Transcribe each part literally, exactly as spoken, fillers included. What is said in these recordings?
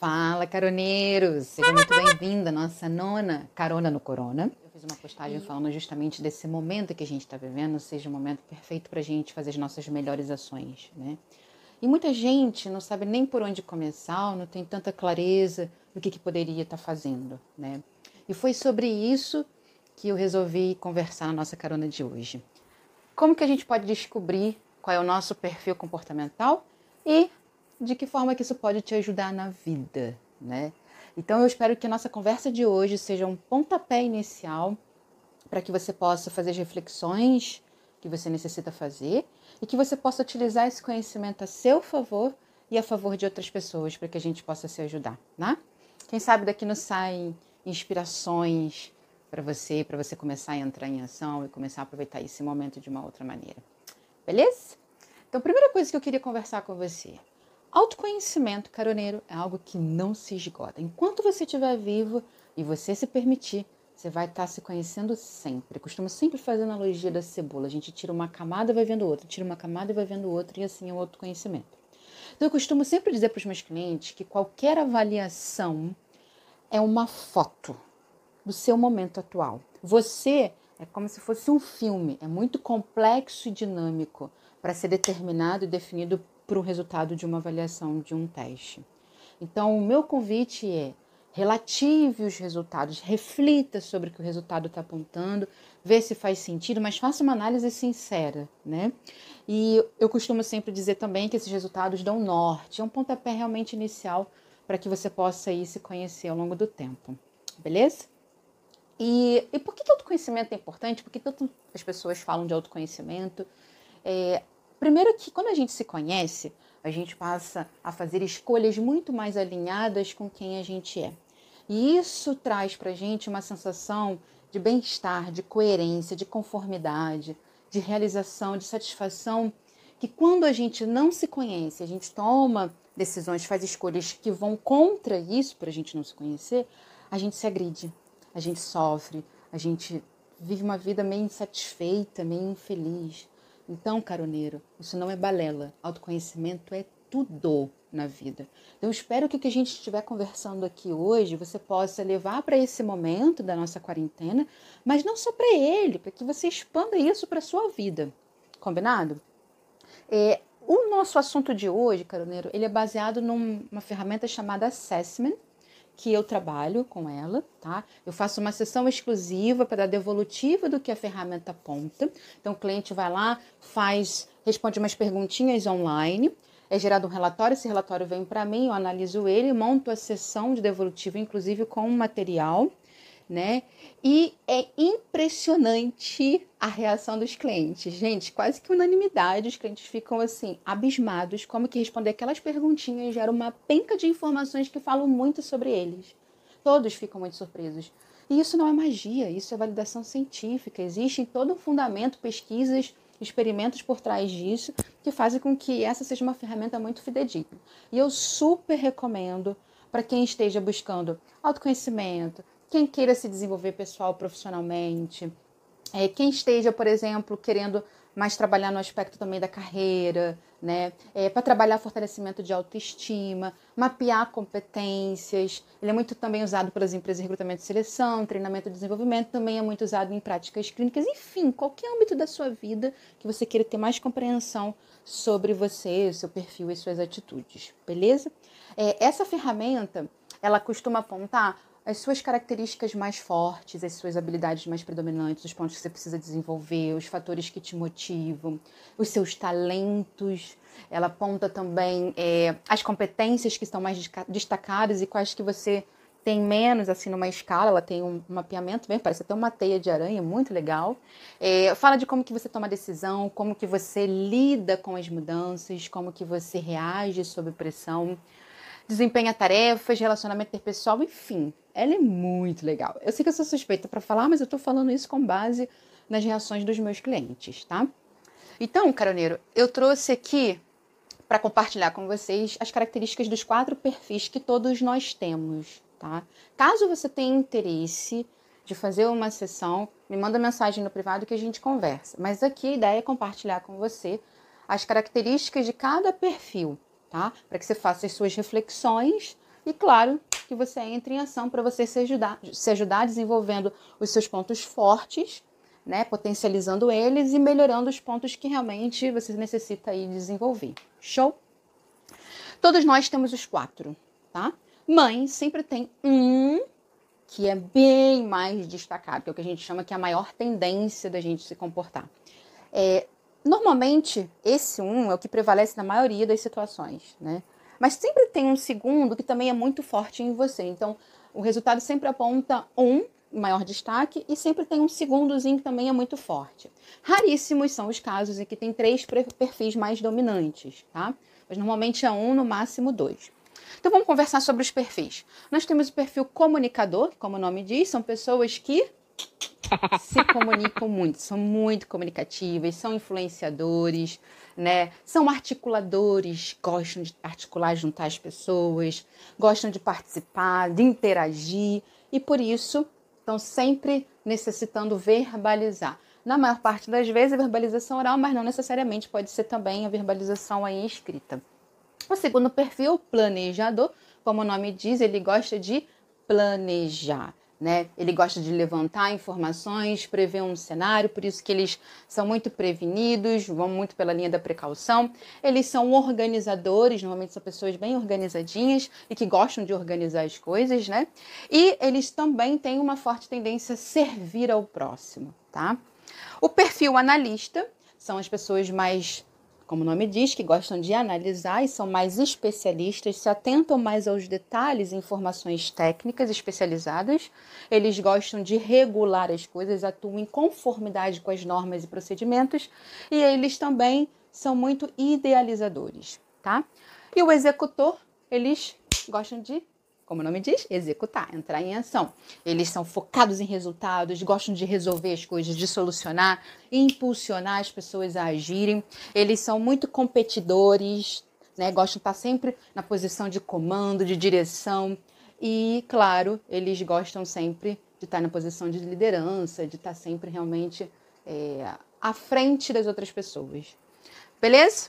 Fala, caroneiros! Seja muito bem-vinda à nossa nona Carona no Corona. Eu fiz uma postagem falando justamente desse momento que a gente está vivendo, seja um momento perfeito para a gente fazer as nossas melhores ações, né? E muita gente não sabe nem por onde começar, não tem tanta clareza do que, que poderia estar fazendo, né? E foi sobre isso que eu resolvi conversar na nossa carona de hoje. Como que a gente pode descobrir qual é o nosso perfil comportamental e de que forma que isso pode te ajudar na vida, né? Então eu espero que a nossa conversa de hoje seja um pontapé inicial para que você possa fazer as reflexões que você necessita fazer e que você possa utilizar esse conhecimento a seu favor e a favor de outras pessoas para que a gente possa se ajudar, né? Quem sabe daqui não saem inspirações para você, para você começar a entrar em ação e começar a aproveitar esse momento de uma outra maneira. Beleza? Então, a primeira coisa que eu queria conversar com você: autoconhecimento, caroneiro, é algo que não se esgota. Enquanto você estiver vivo e você se permitir, você vai estar se conhecendo sempre. Eu costumo sempre fazer a analogia da cebola. A gente tira uma camada e vai vendo outra, tira uma camada e vai vendo outra, e assim é o autoconhecimento. Então, eu costumo sempre dizer para os meus clientes que qualquer avaliação é uma foto do seu momento atual. Você é como se fosse um filme, é muito complexo e dinâmico para ser determinado e definido por um resultado de uma avaliação, de um teste. Então, o meu convite é: relative os resultados, reflita sobre o que o resultado está apontando, vê se faz sentido, mas faça uma análise sincera, né? E eu costumo sempre dizer também que esses resultados dão norte, é um pontapé realmente inicial para que você possa ir se conhecer ao longo do tempo, beleza? E, e por que, que autoconhecimento é importante? Por que tanto as pessoas falam de autoconhecimento? É, primeiro que quando a gente se conhece, a gente passa a fazer escolhas muito mais alinhadas com quem a gente é. E isso traz pra gente uma sensação de bem-estar, de coerência, de conformidade, de realização, de satisfação, que quando a gente não se conhece, a gente toma decisões, faz escolhas que vão contra isso, para a gente não se conhecer, a gente se agride, a gente sofre, a gente vive uma vida meio insatisfeita, meio infeliz. Então, caroneiro, isso não é balela. Autoconhecimento é tudo na vida. Então, eu espero que o que a gente estiver conversando aqui hoje você possa levar para esse momento da nossa quarentena, mas não só para ele, para que você expanda isso para a sua vida. Combinado? É, o nosso assunto de hoje, caroneiro, ele é baseado numa ferramenta chamada Assessment, que eu trabalho com ela, tá? Eu faço uma sessão exclusiva para dar devolutiva do que a ferramenta aponta. Então, o cliente vai lá, faz, responde umas perguntinhas online, é gerado um relatório, esse relatório vem para mim, eu analiso ele, monto a sessão de devolutiva, inclusive com um material, né? E é impressionante a reação dos clientes. Gente, quase que unanimidade, os clientes ficam assim, abismados, como que responder aquelas perguntinhas gera uma penca de informações que falam muito sobre eles. Todos ficam muito surpresos. E isso não é magia, isso é validação científica. Existe todo um fundamento, pesquisas, experimentos por trás disso, que fazem com que essa seja uma ferramenta muito fidedigna. E eu super recomendo para quem esteja buscando autoconhecimento, quem queira se desenvolver pessoal profissionalmente, é, quem esteja, por exemplo, querendo mais trabalhar no aspecto também da carreira, né? É, para trabalhar fortalecimento de autoestima, mapear competências. Ele é muito também usado pelas empresas de recrutamento e seleção, treinamento e desenvolvimento, também é muito usado em práticas clínicas, enfim, qualquer âmbito da sua vida que você queira ter mais compreensão sobre você, seu perfil e suas atitudes, beleza? É, essa ferramenta, ela costuma apontar as suas características mais fortes, as suas habilidades mais predominantes, os pontos que você precisa desenvolver, os fatores que te motivam, os seus talentos. Ela aponta também é, as competências que estão mais destacadas e quais que você tem menos, assim, numa escala. Ela tem um mapeamento, bem, parece até uma teia de aranha, muito legal. É, fala de como que você toma decisão, como que você lida com as mudanças, como que você reage sob pressão, desempenha tarefas, relacionamento interpessoal, enfim, ela é muito legal. Eu sei que eu sou suspeita para falar, mas eu tô falando isso com base nas reações dos meus clientes, tá? Então, caroneiro, eu trouxe aqui para compartilhar com vocês as características dos quatro perfis que todos nós temos, tá? Caso você tenha interesse de fazer uma sessão, me manda mensagem no privado que a gente conversa. Mas aqui a ideia é compartilhar com você as características de cada perfil, tá? Para que você faça as suas reflexões E claro que você entre em ação para você se ajudar, se ajudar desenvolvendo os seus pontos fortes, né? Potencializando eles e melhorando os pontos que realmente você necessita aí desenvolver. Show? Todos nós temos os quatro, tá? Mas sempre tem um que é bem mais destacado, que é o que a gente chama que é a maior tendência da gente se comportar. É, normalmente, esse um é o que prevalece na maioria das situações, né? Mas sempre tem um segundo que também é muito forte em você. Então, o resultado sempre aponta um maior destaque e sempre tem um segundozinho que também é muito forte. Raríssimos são os casos em que tem três perfis mais dominantes, tá? Mas normalmente é um, no máximo dois. Então vamos conversar sobre os perfis. Nós temos o perfil comunicador, que, como o nome diz, são pessoas que se comunicam muito, são muito comunicativas, são influenciadores, né? São articuladores, gostam de articular, juntar as pessoas, gostam de participar, de interagir e por isso estão sempre necessitando verbalizar. Na maior parte das vezes a verbalização oral, mas não necessariamente, pode ser também a verbalização aí escrita. O segundo perfil, planejador, como o nome diz, ele gosta de planejar, né? Ele gosta de levantar informações, prever um cenário, por isso que eles são muito prevenidos, vão muito pela linha da precaução. Eles são organizadores, normalmente são pessoas bem organizadinhas e que gostam de organizar as coisas, né? E eles também têm uma forte tendência a servir ao próximo, tá? O perfil analista são as pessoas mais, como o nome diz, que gostam de analisar e são mais especialistas, se atentam mais aos detalhes e informações técnicas especializadas. Eles gostam de regular as coisas, atuam em conformidade com as normas e procedimentos e eles também são muito idealizadores, tá? E o executor, eles gostam de, como o nome diz, executar, entrar em ação. Eles são focados em resultados, gostam de resolver as coisas, de solucionar, impulsionar as pessoas a agirem. Eles são muito competidores, né? Gostam de estar sempre na posição de comando, de direção. E, claro, eles gostam sempre de estar na posição de liderança, de estar sempre realmente é, à frente das outras pessoas. Beleza?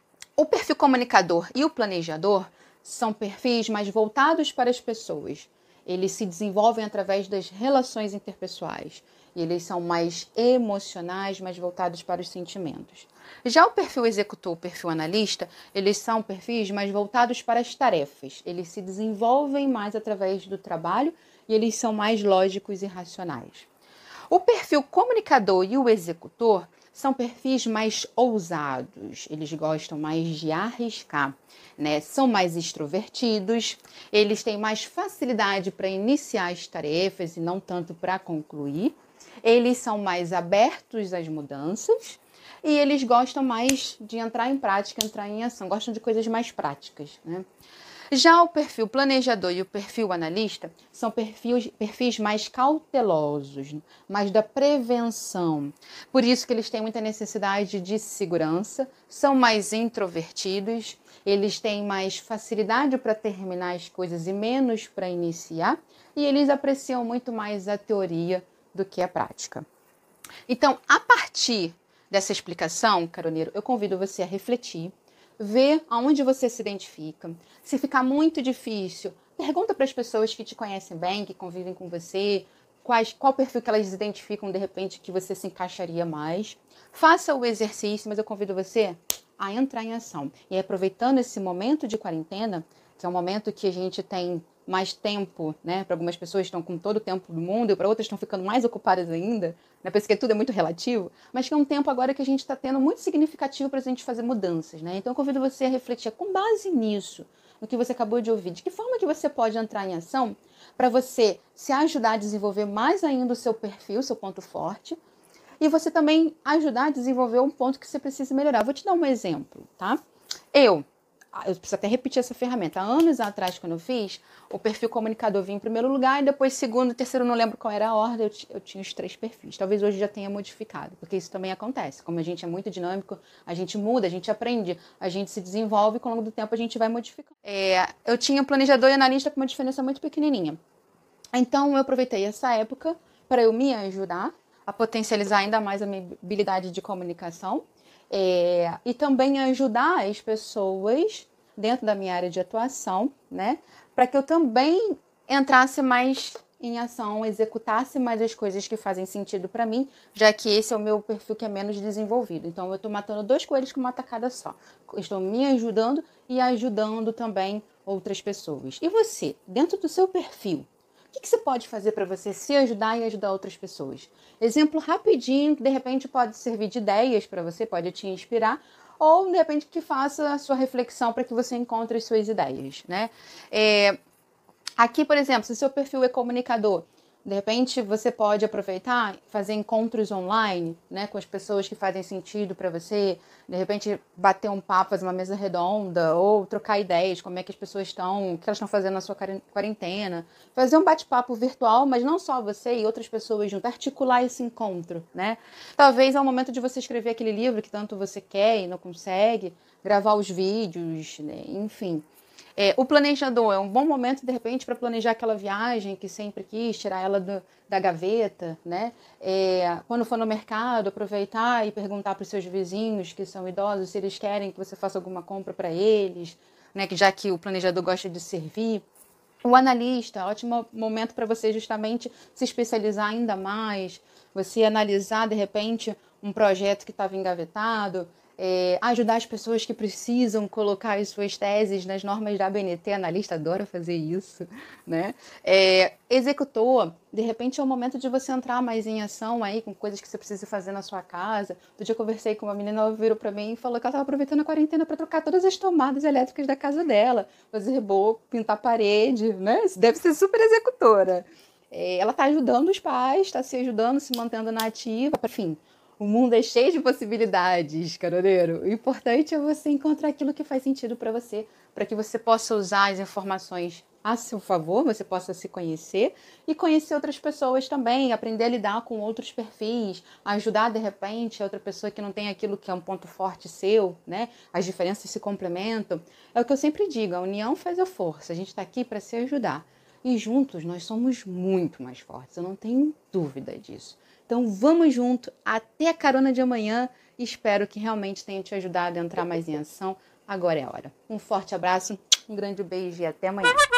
O perfil comunicador e o planejador são perfis mais voltados para as pessoas. Eles se desenvolvem através das relações interpessoais. E eles são mais emocionais, mais voltados para os sentimentos. Já o perfil executor, o perfil analista, eles são perfis mais voltados para as tarefas. Eles se desenvolvem mais através do trabalho e eles são mais lógicos e racionais. O perfil comunicador e o executor são perfis mais ousados, eles gostam mais de arriscar, né? São mais extrovertidos, eles têm mais facilidade para iniciar as tarefas e não tanto para concluir. Eles são mais abertos às mudanças e eles gostam mais de entrar em prática, entrar em ação, gostam de coisas mais práticas, né? Já o perfil planejador e o perfil analista são perfis, perfis mais cautelosos, mais da prevenção. Por isso que eles têm muita necessidade de segurança, são mais introvertidos, eles têm mais facilidade para terminar as coisas e menos para iniciar, e eles apreciam muito mais a teoria do que a prática. Então, a partir dessa explicação, caroneiro, eu convido você a refletir, ver aonde você se identifica. Se ficar muito difícil, pergunta para as pessoas que te conhecem bem, que convivem com você, quais, qual perfil que elas identificam, de repente, que você se encaixaria mais. Faça o exercício, mas eu convido você a entrar em ação. E aproveitando esse momento de quarentena, que é um momento que a gente tem mais tempo, né? Para algumas pessoas estão com todo o tempo do mundo e para outras estão ficando mais ocupadas ainda, né? Porque tudo é muito relativo, mas que é um tempo agora que a gente está tendo muito significativo para a gente fazer mudanças, né? Então eu convido você a refletir com base nisso, no que você acabou de ouvir, de que forma que você pode entrar em ação para você se ajudar a desenvolver mais ainda o seu perfil, o seu ponto forte, e você também ajudar a desenvolver um ponto que você precisa melhorar. Vou te dar um exemplo, tá? Eu Eu preciso até repetir essa ferramenta. Há anos atrás, quando eu fiz, o perfil comunicador vinha em primeiro lugar e depois segundo, terceiro, não lembro qual era a ordem, eu, eu tinha os três perfis. Talvez hoje já tenha modificado, porque isso também acontece. Como a gente é muito dinâmico, a gente muda, a gente aprende, a gente se desenvolve e com o longo do tempo a gente vai modificando. É, eu tinha planejador e analista com uma diferença muito pequenininha. Então, eu aproveitei essa época para eu me ajudar a potencializar ainda mais a minha habilidade de comunicação. É, e também ajudar as pessoas dentro da minha área de atuação, né, para que eu também entrasse mais em ação, executasse mais as coisas que fazem sentido para mim, já que esse é o meu perfil que é menos desenvolvido. Então, eu estou matando dois coelhos com uma tacada só. Estou me ajudando e ajudando também outras pessoas. E você, dentro do seu perfil, o que, que você pode fazer para você se ajudar e ajudar outras pessoas? Exemplo rapidinho, que de repente pode servir de ideias para você, pode te inspirar, ou de repente que faça a sua reflexão para que você encontre as suas ideias, né? É... Aqui, por exemplo, se o seu perfil é comunicador, de repente você pode aproveitar, fazer encontros online, né, com as pessoas que fazem sentido para você, de repente bater um papo, fazer uma mesa redonda, ou trocar ideias, como é que as pessoas estão, o que elas estão fazendo na sua quarentena, fazer um bate-papo virtual, mas não só você e outras pessoas junto, articular esse encontro, né? Talvez é o momento de você escrever aquele livro que tanto você quer e não consegue, gravar os vídeos, né? Enfim. É, o planejador é um bom momento, de repente, para planejar aquela viagem que sempre quis, tirar ela do, da gaveta, né? É, quando for no mercado, aproveitar e perguntar para os seus vizinhos que são idosos se eles querem que você faça alguma compra para eles, né? Que já que o planejador gosta de servir. O analista, ótimo momento para você justamente se especializar ainda mais, você analisar, de repente, um projeto que estava engavetado, é, ajudar as pessoas que precisam colocar as suas teses nas normas da A B N T, analista adora fazer isso, né? É, executor, de repente é o momento de você entrar mais em ação aí com coisas que você precisa fazer na sua casa. Outro dia eu conversei com uma menina, ela virou para mim e falou que ela estava aproveitando a quarentena para trocar todas as tomadas elétricas da casa dela, fazer reboco, pintar parede, né? Deve ser super executora. É, ela está ajudando os pais, está se ajudando, se mantendo na ativa, enfim. O mundo é cheio de possibilidades, caroneiro. O importante é você encontrar aquilo que faz sentido para você, para que você possa usar as informações a seu favor, você possa se conhecer e conhecer outras pessoas também, aprender a lidar com outros perfis, ajudar de repente a outra pessoa que não tem aquilo que é um ponto forte seu, né? As diferenças se complementam. É o que eu sempre digo, a união faz a força, a gente está aqui para se ajudar. E juntos nós somos muito mais fortes, eu não tenho dúvida disso. Então vamos junto, até a carona de amanhã. Espero que realmente tenha te ajudado a entrar mais em ação. Agora é a hora. Um forte abraço, um grande beijo e até amanhã.